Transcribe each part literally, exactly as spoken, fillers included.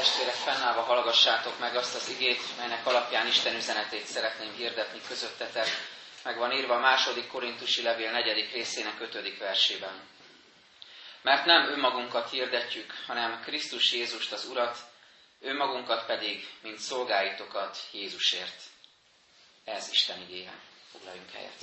testvérek, fennállva hallgassátok meg azt az igét, melynek alapján Isten üzenetét szeretném hirdetni közöttetek. Meg van írva a második korintusi levél negyedik részének ötödik versében. Mert nem önmagunkat hirdetjük, hanem Krisztus Jézust az Urat, önmagunkat pedig, mint szolgáitokat Jézusért. Ez Isten igéje. Foglaljunk helyet.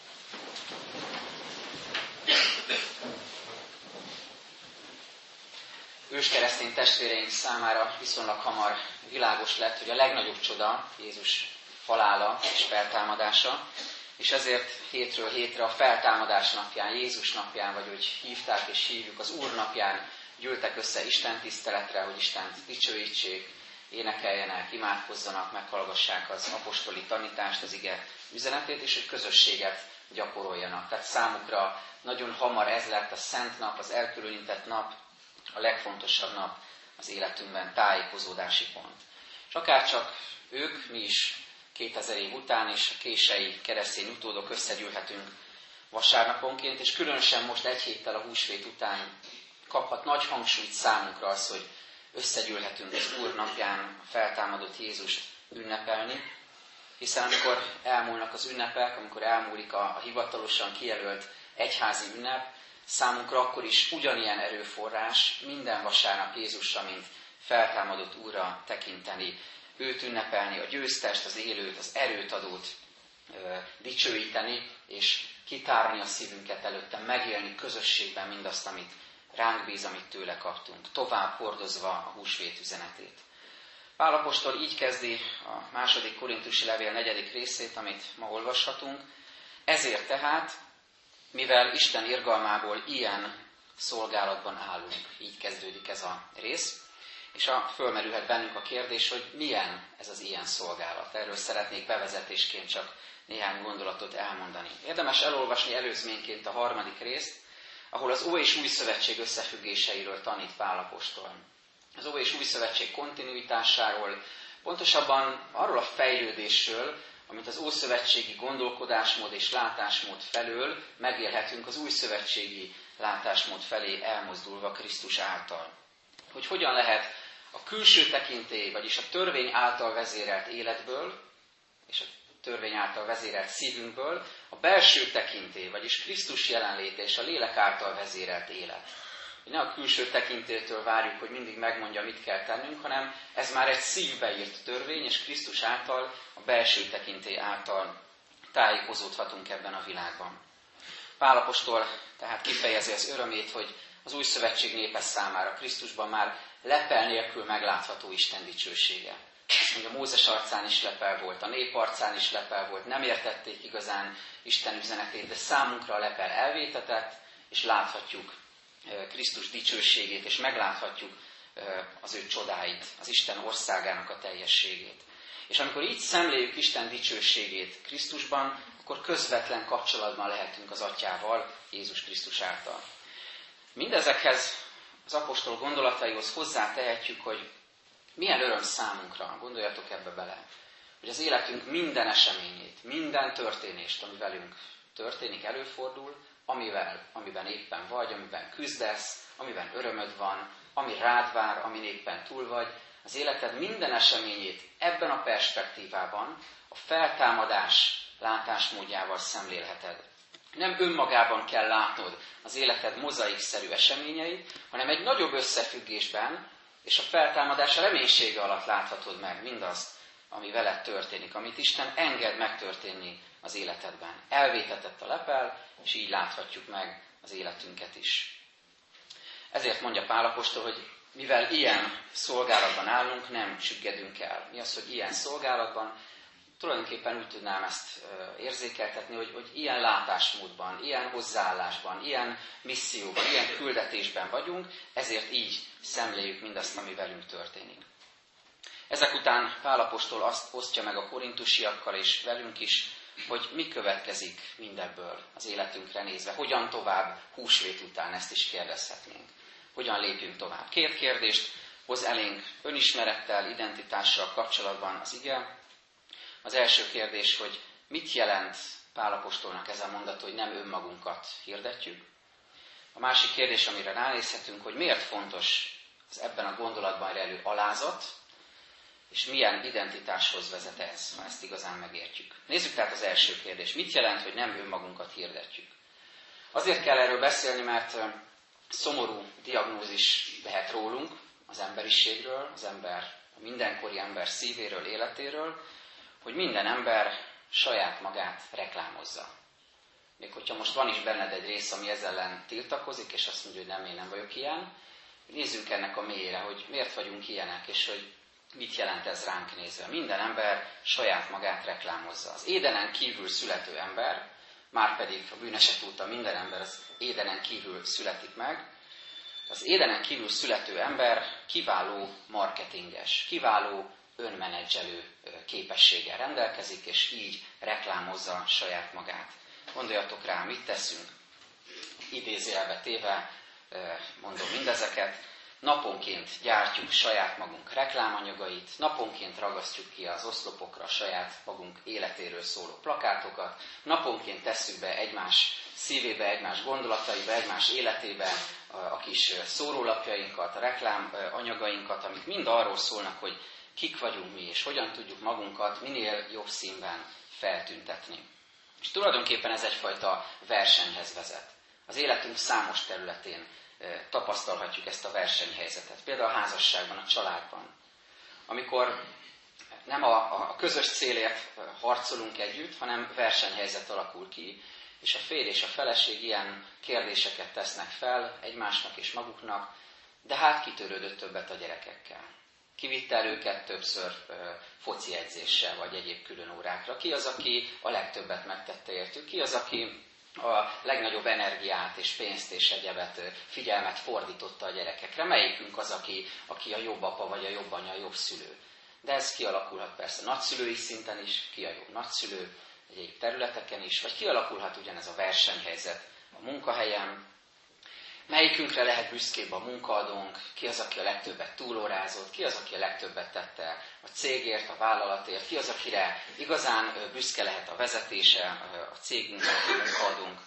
Őskeresztény testvéreink számára viszonylag hamar világos lett, hogy a legnagyobb csoda Jézus halála és feltámadása, és ezért hétről hétre a feltámadás napján, Jézus napján, vagy hogy hívták és hívjuk, az Úr napján gyűltek össze Isten tiszteletre, hogy Istent dicsőítsék, énekeljenek, imádkozzanak, meghallgassák az apostoli tanítást, az ige üzenetét, és hogy közösséget gyakoroljanak. Tehát számukra nagyon hamar ez lett a szent nap, az elkülönített nap, a legfontosabb nap az életünkben, tájékozódási pont. És akárcsak ők, mi is kétezer év után, és a kései keresztény utódok összegyűlhetünk vasárnaponként, és különösen most egy héttel a húsvét után kaphat nagy hangsúlyt számunkra az, hogy összegyűlhetünk az Úr napján a feltámadott Jézust ünnepelni, hiszen amikor elmúlnak az ünnepek, amikor elmúlik a, a hivatalosan kijelölt egyházi ünnep, számunkra akkor is ugyanilyen erőforrás minden vasárnap Jézusra, mint feltámadott Úrra tekinteni, őt ünnepelni, a győztest, az élőt, az erőt adót ö, dicsőíteni, és kitárni a szívünket előtte, megélni közösségben mindazt, amit ránk bíz, amit tőle kaptunk, tovább hordozva a húsvét üzenetét. Pál apostol így kezdi a második korintusi levél negyedik részét, amit ma olvashatunk. Ezért tehát, mivel Isten irgalmából ilyen szolgálatban állunk, így kezdődik ez a rész, és a, fölmerülhet bennünk a kérdés, hogy milyen ez az ilyen szolgálat. Erről szeretnék bevezetésként csak néhány gondolatot elmondani. Érdemes elolvasni előzményként a harmadik részt, ahol az Ó és Új Szövetség összefüggéseiről tanít Pál apostol. Az Ó és Új Szövetség kontinuitásáról, pontosabban arról a fejlődésről, amit az ószövetségi gondolkodásmód és látásmód felől megélhetünk az újszövetségi látásmód felé elmozdulva Krisztus által. Hogy hogyan lehet a külső tekintély, vagyis a törvény által vezérelt életből, és a törvény által vezérelt szívünkből, a belső tekintély, vagyis Krisztus jelenléte és a lélek által vezérelt élet. Ne a külső tekintélytől várjuk, hogy mindig megmondja, mit kell tennünk, hanem ez már egy szívbe írt törvény, és Krisztus által, a belső tekintély által tájékozódhatunk ebben a világban. Pál apostol tehát kifejezi az örömét, hogy az új szövetség népe számára Krisztusban már lepel nélkül meglátható Isten dicsősége. Azt mondja, Mózes arcán is lepel volt, a nép arcán is lepel volt, nem értették igazán Isten üzenetét, de számunkra a lepel elvétetett, és láthatjuk Krisztus dicsőségét, és megláthatjuk az ő csodáit, az Isten országának a teljességét. És amikor így szemléljük Isten dicsőségét Krisztusban, akkor közvetlen kapcsolatban lehetünk az Atyával, Jézus Krisztus által. Mindezekhez az apostol gondolataihoz hozzátehetjük, hogy milyen öröm számunkra, gondoljatok ebbe bele, hogy az életünk minden eseményét, minden történést, ami velünk történik, előfordul, amivel, amiben éppen vagy, amiben küzdesz, amiben örömöd van, ami rád vár, amin éppen túl vagy, az életed minden eseményét ebben a perspektívában a feltámadás látásmódjával szemlélheted. Nem önmagában kell látnod az életed mozaikszerű eseményeit, hanem egy nagyobb összefüggésben, és a feltámadás reménysége alatt láthatod meg mindazt, ami veled történik, amit Isten enged megtörténni az életedben. Elvétetett a lepel, és így láthatjuk meg az életünket is. Ezért mondja Pál apostol, hogy mivel ilyen szolgálatban állunk, nem csüggedünk el. Mi az, hogy ilyen szolgálatban? Tulajdonképpen úgy tudnám ezt érzékeltetni, hogy, hogy ilyen látásmódban, ilyen hozzáállásban, ilyen misszióban, ilyen küldetésben vagyunk, ezért így szemléljük mindazt, ami velünk történik. Ezek után Pál apostol azt osztja meg a korintusiakkal és velünk is, hogy mi következik mindebből az életünkre nézve. Hogyan tovább húsvét után, ezt is kérdezhetnénk. Hogyan lépjünk tovább? Két kérdést hoz elénk önismerettel, identitással kapcsolatban az ige. Az első kérdés, hogy mit jelent Pál apostolnak ez a mondat, hogy nem önmagunkat hirdetjük. A másik kérdés, amire ránézhetünk, hogy miért fontos az ebben a gondolatban rejlő alázat, és milyen identitáshoz vezet ez, ha ezt igazán megértjük. Nézzük tehát az első kérdést. Mit jelent, hogy nem önmagunkat hirdetjük? Azért kell erről beszélni, mert szomorú diagnózis lehet rólunk, az emberiségről, az ember, a mindenkori ember szívéről, életéről, hogy minden ember saját magát reklámozza. Még hogyha most van is benned egy rész, ami ezzel ellen tiltakozik, és azt mondja, hogy nem, én nem vagyok ilyen, nézzünk ennek a mélyére, hogy miért vagyunk ilyenek, és hogy mit jelent ez ránk nézve. Minden ember saját magát reklámozza. Az Édenen kívül születő ember, márpedig a bűneset óta minden ember az Édenen kívül születik meg, az Édenen kívül születő ember kiváló marketinges, kiváló önmenedzselő képességgel rendelkezik, és így reklámozza saját magát. Gondoljatok rá, mit teszünk? Idézőjelbe téve mondom mindezeket. Naponként gyártjuk saját magunk reklámanyagait, naponként ragasztjuk ki az oszlopokra a saját magunk életéről szóló plakátokat, naponként tesszük be egymás szívébe, egymás gondolataiba, egymás életébe a kis szórólapjainkat, a reklámanyagainkat, amik mind arról szólnak, hogy kik vagyunk mi, és hogyan tudjuk magunkat minél jobb színben feltüntetni. És tulajdonképpen ez egyfajta versenyhez vezet. Az életünk számos területén tapasztalhatjuk ezt a versenyhelyzetet. Például a házasságban, a családban. Amikor nem a, a közös célért harcolunk együtt, hanem versenyhelyzet alakul ki, és a férj és a feleség ilyen kérdéseket tesznek fel egymásnak és maguknak, de hát kitörődött többet a gyerekekkel. Kivitte el őket többször foci edzéssel, vagy egyéb külön órákra. Ki az, aki a legtöbbet megtette értük? Ki az, aki a legnagyobb energiát és pénzt és egyebet, figyelmet fordította a gyerekekre? Melyikünk az, aki, aki a jobb apa, vagy a jobb anya, a jobb szülő? De ez kialakulhat persze nagyszülői szinten is, ki a jobb nagyszülő, egyéb területeken is, vagy kialakulhat ugyanez a versenyhelyzet a munkahelyen. Melyikünkre lehet büszkébb a munkaadónk, ki az, aki a legtöbbet túlórázott, ki az, aki a legtöbbet tette a cégért, a vállalatért, ki az, akire igazán büszke lehet a vezetése, a cégünknek, a munkaadónk.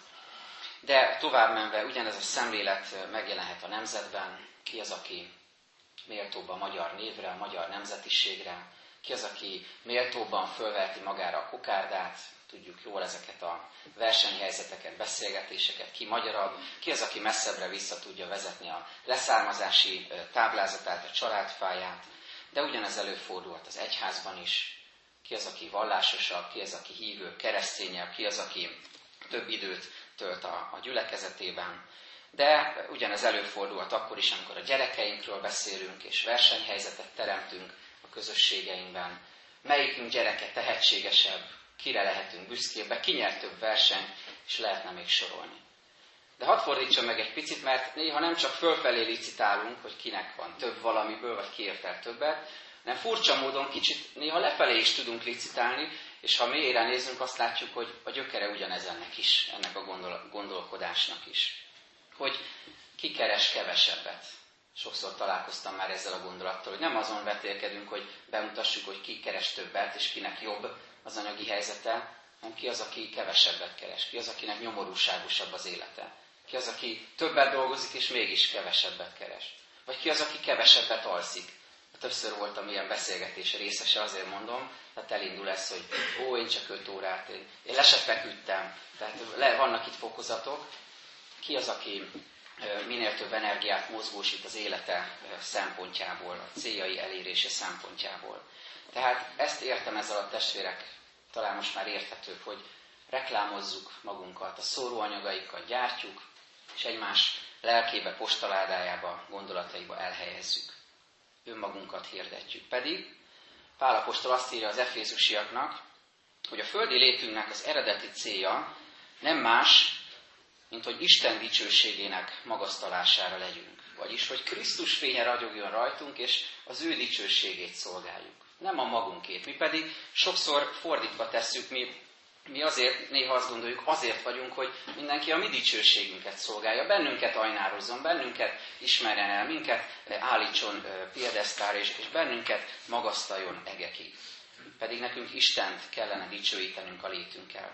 De tovább menve ugyanez a szemlélet megjelenhet a nemzetben, ki az, aki méltóbb a magyar névre, a magyar nemzetiségre, ki az, aki méltóbban fölveheti magára a kokárdát, tudjuk jól ezeket a versenyhelyzeteket, beszélgetéseket, ki magyarabb, ki az, aki messzebbre vissza tudja vezetni a leszármazási táblázatát, a családfáját, de ugyanez előfordulhat az egyházban is, ki az, aki vallásosabb, ki az, aki hívő, keresztényebb, ki az, aki több időt tölt a, a gyülekezetében, de ugyanez előfordulhat akkor is, amikor a gyerekeinkről beszélünk, és versenyhelyzetet teremtünk a közösségeinkben. Melyikünk gyereke tehetségesebb, kire lehetünk büszkébbek, ki nyer több versenyt, és lehetne még sorolni. De hadd fordítsam meg egy picit, mert néha nem csak fölfelé licitálunk, hogy kinek van több valamiből, vagy ki ért el többet, hanem furcsa módon kicsit néha lefelé is tudunk licitálni, és ha mélyre nézzünk, azt látjuk, hogy a gyökere ugyanez ennek is, ennek a gondol- gondolkodásnak is. Hogy ki keres kevesebbet. Sokszor találkoztam már ezzel a gondolattal, hogy nem azon vetélkedünk, hogy bemutassuk, hogy ki keres többet, és kinek jobb az anyagi helyzete, hanem ki az, aki kevesebbet keres, ki az, akinek nyomorúságosabb az élete, ki az, aki többet dolgozik, és mégis kevesebbet keres, vagy ki az, aki kevesebbet alszik. Többször voltam ilyen beszélgetés részese, azért mondom, tehát elindul ez, hogy ó, én csak öt órát, én, én le se feküdtem, tehát le, vannak itt fokozatok. Ki az, aki minél több energiát mozgósít az élete szempontjából, a céljai elérése szempontjából. Tehát ezt értem ezzel a testvérek, talán most már érthetőbb, hogy reklámozzuk magunkat, a szóróanyagaikat gyártjuk, és egymás lelkébe, postaládájába, gondolataiba elhelyezzük. Önmagunkat hirdetjük. Pedig Pál apostol azt írja az efézusiaknak, hogy a földi létünknek az eredeti célja nem más, mint hogy Isten dicsőségének magasztalására legyünk. Vagyis, hogy Krisztus fénye ragyogjon rajtunk, és az ő dicsőségét szolgáljuk. Nem a magunkét. Mi pedig sokszor fordítva tesszük, mi, mi azért, néha azt gondoljuk, azért vagyunk, hogy mindenki a mi dicsőségünket szolgálja, bennünket ajnározzon, bennünket ismerjen el, minket állítson piedesztára, és, és bennünket magasztaljon egekig. Pedig nekünk Istent kellene dicsőítenünk a létünkkel.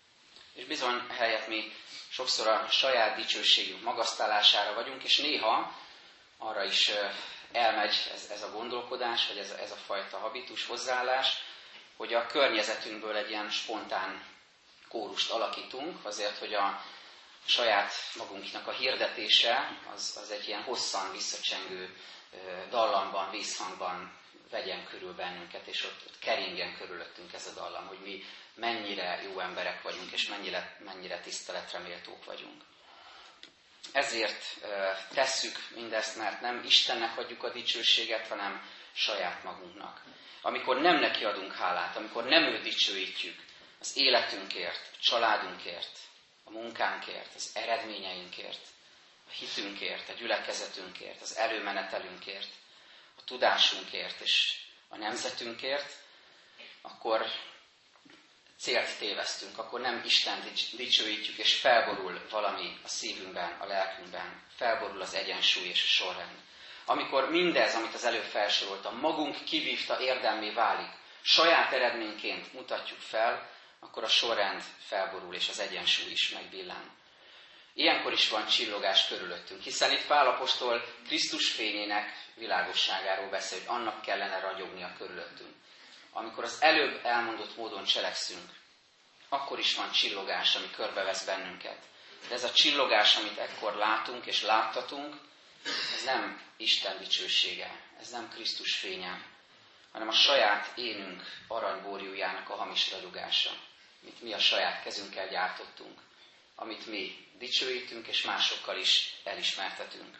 És bizony helyett mi sokszor a saját dicsőségünk magasztalására vagyunk, és néha arra is elmegy ez, ez a gondolkodás, vagy ez, ez a fajta habitus, hozzáállás, hogy a környezetünkből egy ilyen spontán kórust alakítunk, azért, hogy a saját magunknak a hirdetése az, az egy ilyen hosszan visszacsengő dallamban, vízhangban vegyen körül bennünket, és ott, ott keringjen körülöttünk ez a dallam, hogy mi mennyire jó emberek vagyunk, és mennyire, mennyire tiszteletre méltók vagyunk. Ezért tesszük mindezt, mert nem Istennek adjuk a dicsőséget, hanem saját magunknak. Amikor nem neki adunk hálát, amikor nem őt dicsőítjük az életünkért, a családunkért, a munkánkért, az eredményeinkért, a hitünkért, a gyülekezetünkért, az előmenetelünkért, a tudásunkért és a nemzetünkért, akkor célt tévesztünk, akkor nem Isten dicsőítjük, és felborul valami a szívünkben, a lelkünkben, felborul az egyensúly és a sorrend. Amikor mindez, amit az előbb felsoroltam, magunk kivívta érdemmé válik, saját eredményként mutatjuk fel, akkor a sorrend felborul, és az egyensúly is megbillen. Ilyenkor is van csillogás körülöttünk, hiszen itt Pál apostol Krisztus fényének világosságáról beszél, hogy annak kellene ragyognia körülöttünk. Amikor az előbb elmondott módon cselekszünk, akkor is van csillogás, ami körbevesz bennünket. De ez a csillogás, amit ekkor látunk és láttatunk, ez nem Isten dicsősége, ez nem Krisztus fénye, hanem a saját énünk aranybórjújának a hamis ragyogása, amit mi a saját kezünkkel gyártottunk, amit mi dicsőítünk és másokkal is elismertetünk.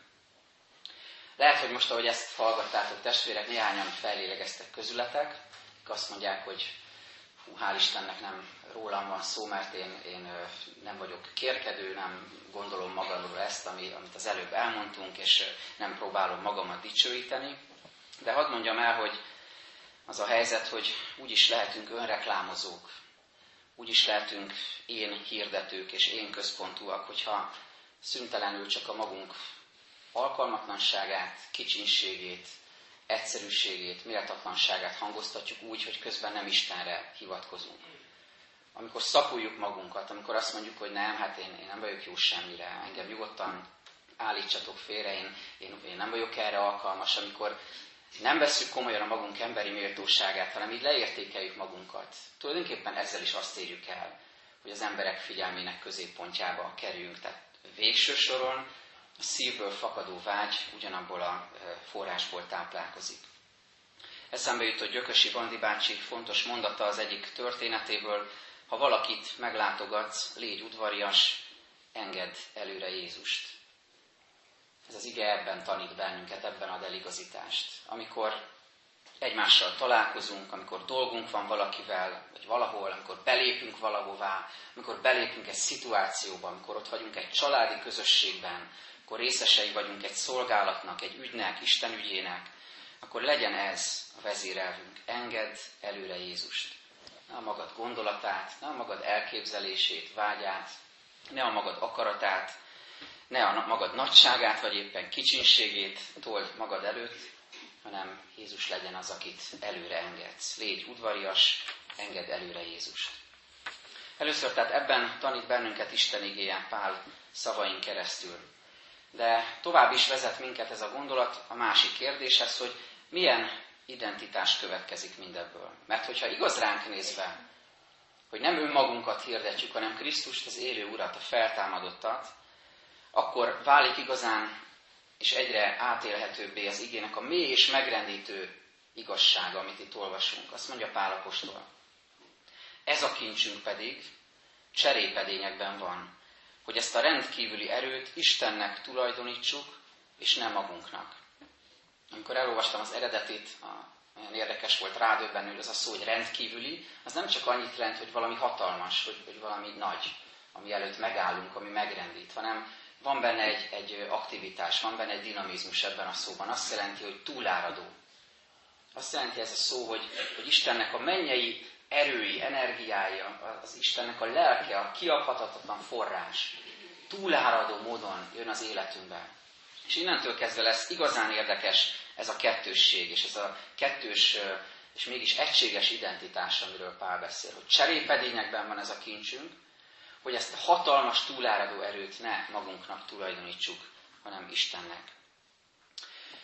Lehet, hogy most, ahogy ezt hallgattátok testvérek, néhányan fellélegeztek közületek, azt mondják, hogy hú, hál' Istennek nem rólam van szó, mert én, én nem vagyok kérkedő, nem gondolom magamról ezt, ami, amit az előbb elmondtunk, és nem próbálom magamat dicsőíteni. De hadd mondjam el, hogy az a helyzet, hogy úgy is lehetünk önreklámozók, úgy is lehetünk én hirdetők és én központúak, hogyha szüntelenül csak a magunk alkalmatlanságát, kicsinségét, egyszerűségét, méltatlanságát hangoztatjuk úgy, hogy közben nem Istenre hivatkozunk. Amikor szapuljuk magunkat, amikor azt mondjuk, hogy nem, hát én, én nem vagyok jó semmire, engem nyugodtan állítsatok félre, én, én, én nem vagyok erre alkalmas, amikor nem vesszük komolyan a magunk emberi méltóságát, hanem így leértékeljük magunkat. Tulajdonképpen ezzel is azt érjük el, hogy az emberek figyelmének középpontjába kerüljünk. Tehát végső soron a szívből fakadó vágy ugyanabból a forrásból táplálkozik. Eszembe jutott Gyökösi Bandi bácsi fontos mondata az egyik történetéből: ha valakit meglátogatsz, légy udvarias, engedd előre Jézust. Ez az ige ebben tanít bennünket, ebben ad eligazítást. Amikor egymással találkozunk, amikor dolgunk van valakivel, vagy valahol, amikor belépünk valahová, amikor belépünk egy szituációba, amikor ott vagyunk egy családi közösségben, akkor részesei vagyunk egy szolgálatnak, egy ügynek, Isten ügyének, akkor legyen ez a vezérelvünk. Engedd előre Jézust. Ne a magad gondolatát, ne a magad elképzelését, vágyát, ne a magad akaratát, ne a magad nagyságát, vagy éppen kicsinségét told magad előtt, hanem Jézus legyen az, akit előre engedsz. Légy udvarias, engedd előre Jézust. Először tehát ebben tanít bennünket Isten igéje Pál szavain keresztül. De tovább is vezet minket ez a gondolat a másik kérdéshez, hogy milyen identitás következik mindebből. Mert hogyha igaz ránk nézve, hogy nem önmagunkat hirdetjük, hanem Krisztust, az élő Urat, a feltámadottat, akkor válik igazán és egyre átélhetőbbé az igének a mély és megrendítő igazsága, amit itt olvasunk. Azt mondja Pál apostol: ez a kincsünk pedig cserépedényekben van, hogy ezt a rendkívüli erőt Istennek tulajdonítsuk, és nem magunknak. Amikor elolvastam az eredetét, olyan érdekes volt rádöbbenni, hogy az a szó, hogy rendkívüli, az nem csak annyit jelent, hogy valami hatalmas, hogy, hogy valami nagy, ami előtt megállunk, ami megrendít, hanem van benne egy, egy aktivitás, van benne egy dinamizmus ebben a szóban. Azt jelenti, hogy túláradó. Azt jelenti ez a szó, hogy, hogy Istennek a mennyei erői, energiája, az Istennek a lelke, a kiabhatatlan forrás túláradó módon jön az életünkbe. És innentől kezdve lesz igazán érdekes ez a kettősség, és ez a kettős és mégis egységes identitás, amiről Pál beszél, hogy cserépedényekben van ez a kincsünk, hogy ezt a hatalmas túláradó erőt ne magunknak tulajdonítsuk, hanem Istennek.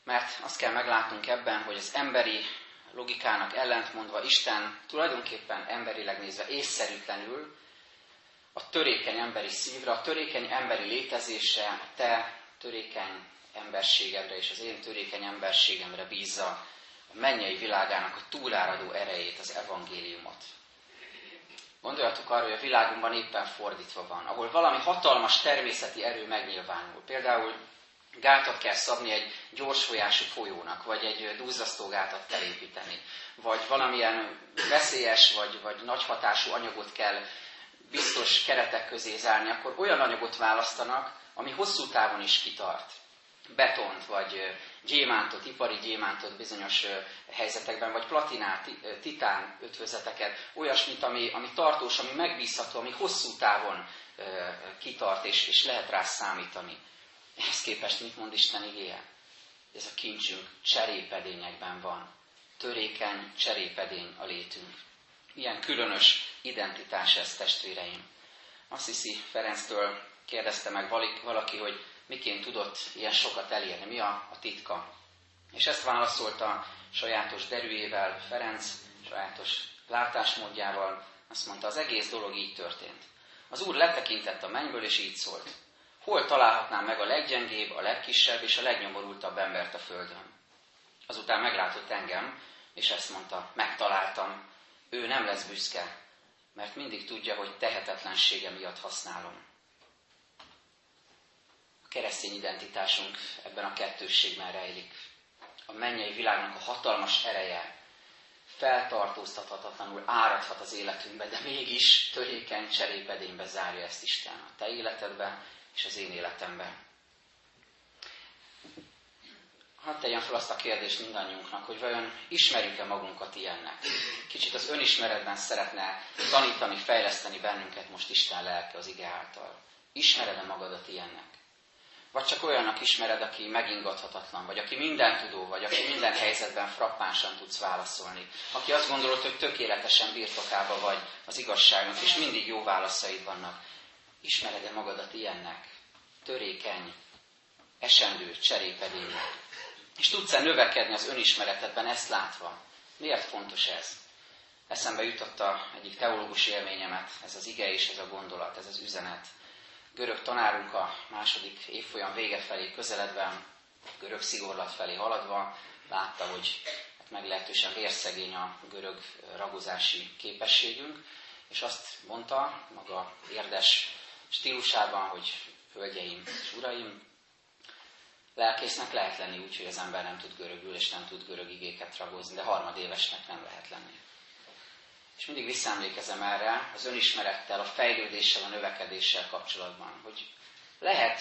Mert azt kell meglátnunk ebben, hogy az emberi logikának ellentmondva Isten tulajdonképpen emberileg nézve észszerűtlenül a törékeny emberi szívre, a törékeny emberi létezésre, a te törékeny emberségemre és az én törékeny emberségemre bízza a mennyei világának a túláradó erejét, az evangéliumot. Gondoljatok arra, hogy a világunkban éppen fordítva van, ahol valami hatalmas természeti erő megnyilvánul. Például gátat kell szabni egy gyors folyású folyónak, vagy egy duzzasztó gátat kell építeni, vagy valamilyen veszélyes, vagy, vagy nagy hatású anyagot kell biztos keretek közé zárni, akkor olyan anyagot választanak, ami hosszú távon is kitart. Betont, vagy gyémántot, ipari gyémántot bizonyos helyzetekben, vagy platinát, titán ötvözeteket, olyasmit, ami, ami tartós, ami megbízható, ami hosszú távon kitart, és, és lehet rá számítani. Ehhez képest mit mond Isten igéje? Ez a kincsünk cserépedényekben van. Törékeny cserépedény a létünk. Milyen különös identitás ez, testvéreim. Assisi Ferenctől kérdezte meg valaki, hogy miként tudott ilyen sokat elérni, mi a, a titka. És ezt válaszolta sajátos derűjével Ferenc, sajátos látásmódjával. Azt mondta, az egész dolog így történt. Az Úr letekintett a mennyből, és így szólt. Hol találhatnám meg a leggyengébb, a legkisebb és a legnyomorultabb embert a földön? Azután meglátott engem, és ezt mondta, megtaláltam. Ő nem lesz büszke, mert mindig tudja, hogy tehetetlensége miatt használom. A keresztény identitásunk ebben a kettősségben rejlik. A mennyei világnak a hatalmas ereje feltartóztathatatlanul áradhat az életünkbe, de mégis törékeny cserépedénybe zárja ezt Isten a te életedbe és az én életemben. Hadd tegyem fel azt a kérdést mindannyiunknak, hogy vajon ismerjük-e magunkat ilyennek? Kicsit az önismeretben szeretne tanítani, fejleszteni bennünket most Isten lelke az ige által. Ismered-e magadat ilyennek? Vagy csak olyannak ismered, aki megingathatatlan, vagy aki mindentudó, vagy aki minden helyzetben frappánsan tudsz válaszolni. Aki azt gondolod, hogy tökéletesen birtokába vagy az igazságnak, és mindig jó válaszaid vannak. Ismered-e magadat ilyennek? Törékeny, esendő cserépedénynek. És tudsz-e növekedni az önismeretedben ezt látva? Miért fontos ez? Eszembe jutotta egyik teológus élményemet, ez az ige és ez a gondolat, ez az üzenet. Görög tanárunk a második évfolyam vége felé közeledve, görög szigorlat felé haladva látta, hogy hát meglehetősen vérszegény a görög ragozási képességünk, és azt mondta maga érdes stílusában, hogy hölgyeim és uraim, lelkésznek lehet lenni úgy, hogy az ember nem tud görögül, és nem tud görög igéket ragozni, de harmadévesnek nem lehet lenni. És mindig visszaemlékezem erre az önismerettel, a fejlődéssel, a növekedéssel kapcsolatban, hogy lehet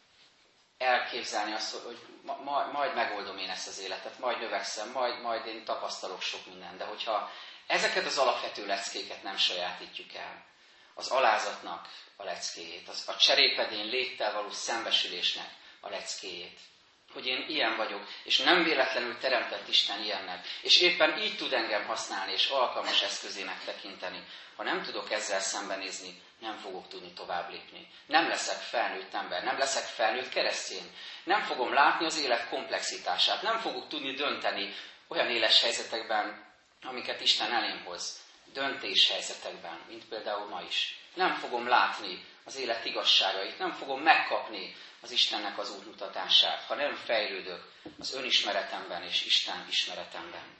elképzelni azt, hogy ma, majd megoldom én ezt az életet, majd növekszem, majd, majd én tapasztalok sok mindent, de hogyha ezeket az alapvető leckéket nem sajátítjuk el, az alázatnak a leckéjét, az, a cserépedény léttel való szembesülésnek a leckéjét, hogy én ilyen vagyok, és nem véletlenül teremtett Isten ilyennek, és éppen így tud engem használni, és alkalmas eszközének tekinteni. Ha nem tudok ezzel szembenézni, nem fogok tudni tovább lépni. Nem leszek felnőtt ember, nem leszek felnőtt keresztény. Nem fogom látni az élet komplexitását, nem fogok tudni dönteni olyan éles helyzetekben, amiket Isten elém hoz. Döntéshelyzetekben, mint például ma is. Nem fogom látni az élet igazságait, nem fogom megkapni az Istennek az útmutatását, ha nem fejlődök az önismeretemben és Isten ismeretemben.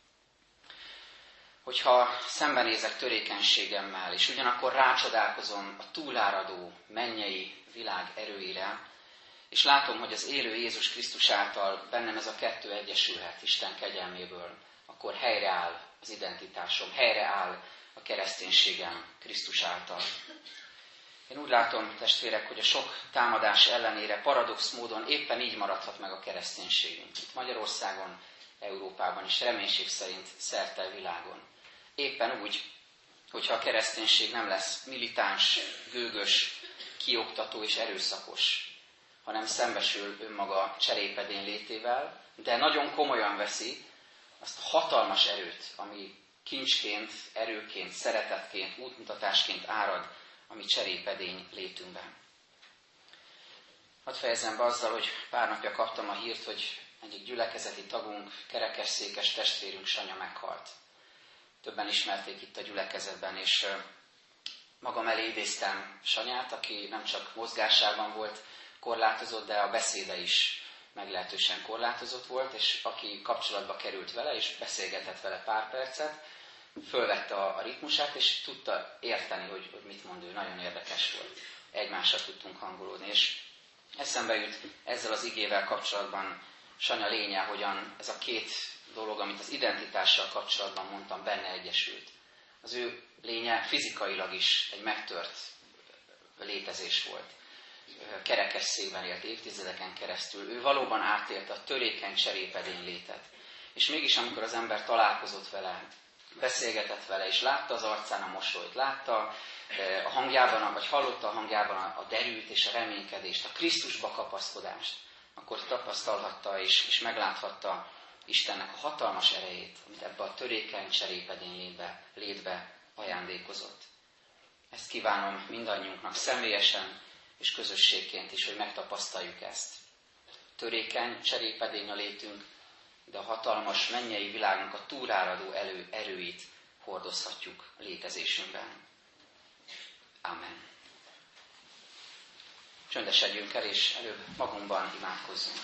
Hogyha szembenézek törékenységemmel, és ugyanakkor rácsodálkozom a túláradó mennyei világ erőire, és látom, hogy az élő Jézus Krisztus által bennem ez a kettő egyesülhet Isten kegyelméből, akkor helyreáll az identitásom, helyreáll a kereszténységem Krisztus által. Én úgy látom, testvérek, hogy a sok támadás ellenére paradox módon éppen így maradhat meg a kereszténységünk. Itt Magyarországon, Európában és reménység szerint szerte a világon. Éppen úgy, hogyha a kereszténység nem lesz militáns, gőgös, kioktató és erőszakos, hanem szembesül önmaga cserépedény létével, de nagyon komolyan veszi azt a hatalmas erőt, ami kincsként, erőként, szeretetként, útmutatásként árad a mi cserépedény létünkben. Hadd fejezem be azzal, hogy pár napja kaptam a hírt, hogy egyik gyülekezeti tagunk, kerekesszékes testvérünk Sanya meghalt. Többen ismerték itt a gyülekezetben, és magam elé idéztem Sanyát, aki nem csak mozgásában volt korlátozott, de a beszéde is meglehetősen korlátozott volt, és aki kapcsolatba került vele, és beszélgetett vele pár percet, fölvette a, a ritmusát, és tudta érteni, hogy, hogy mit mond ő. Nagyon érdekes volt. Egymásra tudtunk hangolódni, és eszembe jut ezzel az igével kapcsolatban Sanya lénye, hogyan ez a két dolog, amit az identitással kapcsolatban mondtam, benne egyesült. Az ő lénye fizikailag is egy megtört létezés volt. Kerekesszékben élt évtizedeken keresztül. Ő valóban átélte a törékeny cserépedény létet. És mégis, amikor az ember találkozott vele, beszélgetett vele, és látta az arcán a mosolyt, látta a hangjában, vagy hallotta a hangjában a derűt és a reménykedést, a Krisztusba kapaszkodást, akkor tapasztalhatta és, és megláthatta Istennek a hatalmas erejét, amit ebbe a törékeny cserépedény létbe, létbe ajándékozott. Ezt kívánom mindannyiunknak személyesen és közösségként is, hogy megtapasztaljuk ezt. Törékeny cserépedény a létünk, de a hatalmas mennyei világnak a túláradó elő, erőit hordozhatjuk a létezésünkben. Amen. Csöndesedjünk el, és előbb magunkban imádkozzunk.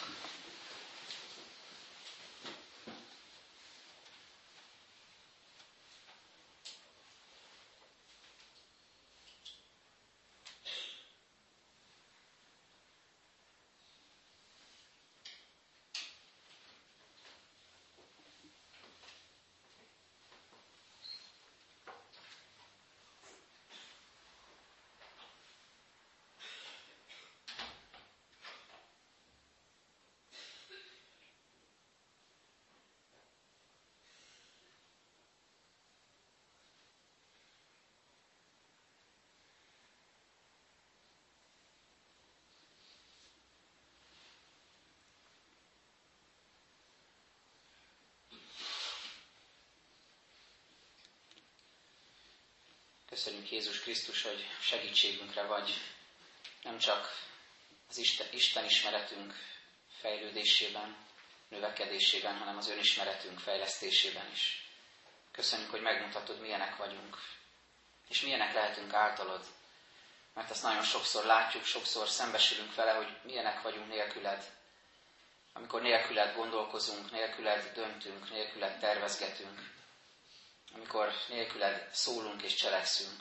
Köszönjük Jézus Krisztus, hogy segítségünkre vagy, nem csak az Isten, Isten ismeretünk fejlődésében, növekedésében, hanem az önismeretünk fejlesztésében is. Köszönjük, hogy megmutatod, milyenek vagyunk, és milyenek lehetünk általad, mert azt nagyon sokszor látjuk, sokszor szembesülünk vele, hogy milyenek vagyunk nélküled. Amikor nélküled gondolkozunk, nélküled döntünk, nélküled tervezgetünk, amikor nélküled szólunk és cselekszünk.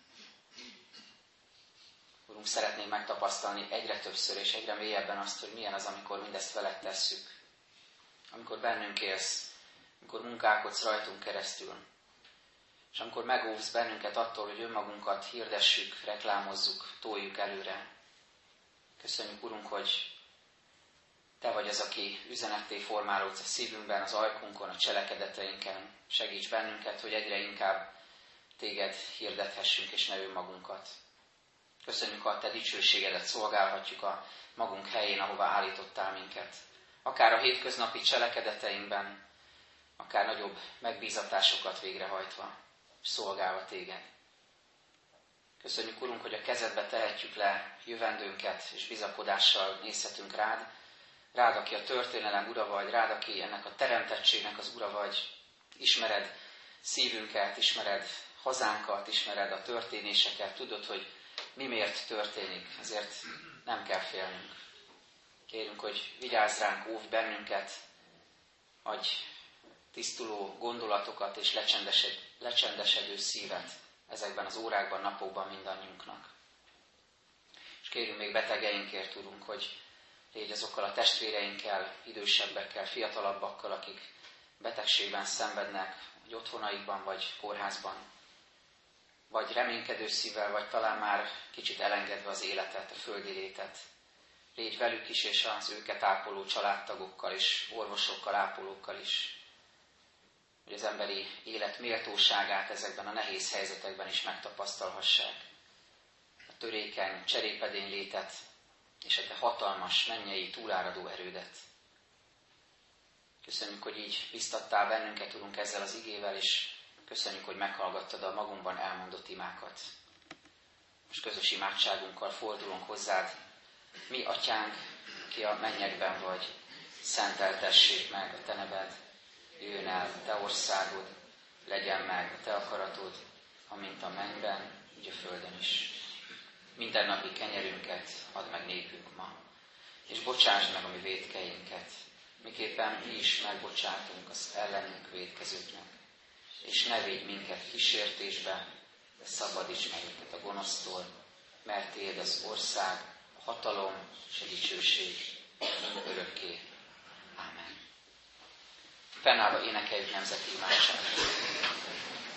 Urunk, szeretnénk megtapasztalni egyre többször és egyre mélyebben azt, hogy milyen az, amikor mindezt veled tesszük. Amikor bennünk élsz, amikor munkálkodsz rajtunk keresztül, és amikor megóvsz bennünket attól, hogy önmagunkat hirdessük, reklámozzuk, toljuk előre. Köszönjük, Urunk, hogy Te vagy az, aki üzenetté formálódsz a szívünkben, az ajkunkon, a cselekedeteinken. Segíts bennünket, hogy egyre inkább Téged hirdethessünk, és ne önmagunkat. Köszönjük, ha a Te dicsőségedet szolgálhatjuk a magunk helyén, ahová állítottál minket. Akár a hétköznapi cselekedeteinkben, akár nagyobb megbízatásokat végrehajtva, és szolgálva Téged. Köszönjük, Urunk, hogy a kezedbe tehetjük le jövendőnket, és bizakodással nézhetünk rád. Rád, aki a történelem ura vagy, rád, aki ennek a teremtettségnek az ura vagy. Ismered szívünket, ismered hazánkat, ismered a történéseket, tudod, hogy mi miért történik, ezért nem kell félnünk. Kérünk, hogy vigyázz ránk, óvj bennünket, adj tisztuló gondolatokat és lecsendesed, lecsendesedő szívet ezekben az órákban, napokban mindannyiunknak. És kérünk még betegeinkért, Urunk, hogy légy azokkal a testvéreinkkel, idősebbekkel, fiatalabbakkal, akik betegségben szenvednek, vagy otthonaikban, vagy kórházban, vagy reménykedő szívvel, vagy talán már kicsit elengedve az életet, a földi létet. Légy velük is, és az őket ápoló családtagokkal és orvosokkal, ápolókkal is, hogy az emberi élet méltóságát ezekben a nehéz helyzetekben is megtapasztalhassák. A törékeny cserépedény létet, és a Te hatalmas, mennyei, túláradó erődet. Köszönjük, hogy így biztattál bennünket, Urunk, ezzel az igével, és köszönjük, hogy meghallgattad a magunkban elmondott imákat. Most közös imádságunkkal fordulunk hozzád. Mi, Atyánk, ki a mennyekben vagy, szenteltessék meg a Te neved, jöjjön el a Te országod, legyen meg a Te akaratod, amint a mennyben, úgy a földön is. Mindennapi kenyerünket add meg nékünk ma, és bocsásd meg a mi vétkeinket, miképpen mi is megbocsátunk az ellenünk vétkezőknek. És ne védj minket kísértésbe, de szabadíts meg minket a gonosztól, mert Tiéd az ország, a hatalom és a dicsőség mind örökké. Ámen. Fennállva énekeljük nemzeti imádságot.